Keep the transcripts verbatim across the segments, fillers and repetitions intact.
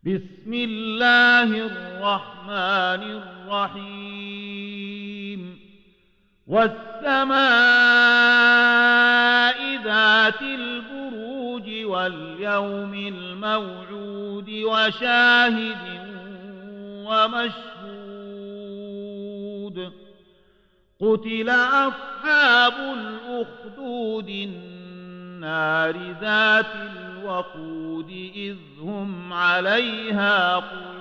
بسم الله الرحمن الرحيم والسماء ذات البروج واليوم الموعود وشاهد ومشهود قتل أصحاب الأخدود النار ذات الوقود إذ هم عليها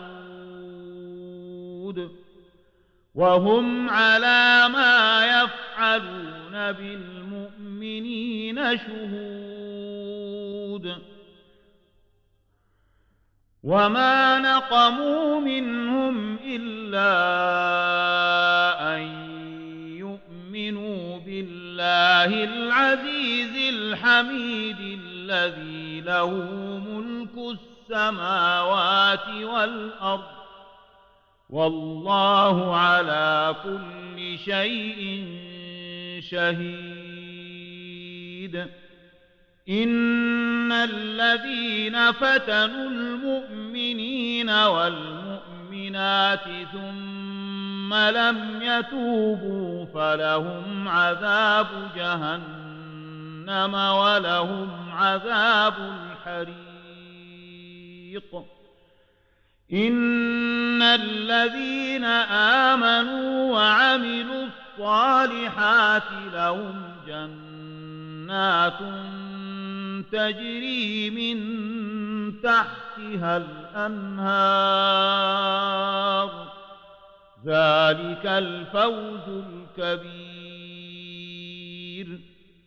قعود وهم على ما يفعلون بالمؤمنين شهود وما نقموا منهم إلا أن يؤمنوا بالله العزيز الحميد الذي له ملك السماوات والأرض والله على كل شيء شهيد إن الذين فتنوا المؤمنين والمؤمنات ثم لم يتوبوا فلهم عذاب جهنم ولهم عذاب الحريق إن الذين آمنوا وعملوا الصالحات لهم جنات تجري من تحتها الأنهار ذلك الفوز الكبير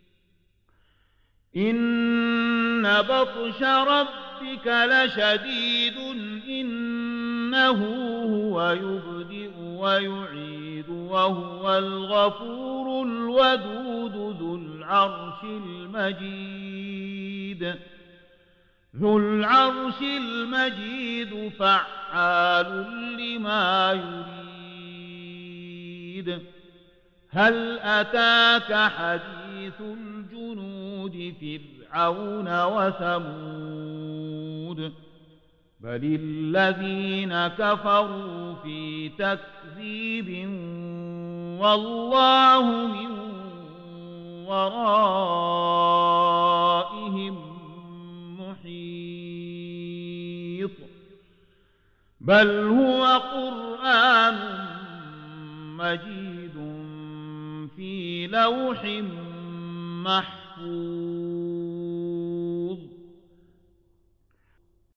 إن بطش ربك لشديد إنه هو يبدئ ويعيد وهو الغفور الودود ذو العرش المجيد ذو العرش المجيد فعال لما يريد هل أتاك حديث الجنود فرعون وثمود بل الذين كفروا في تكذيب والله من ورائهم محيط بل هو قرآن مجيد في لوح محفوظ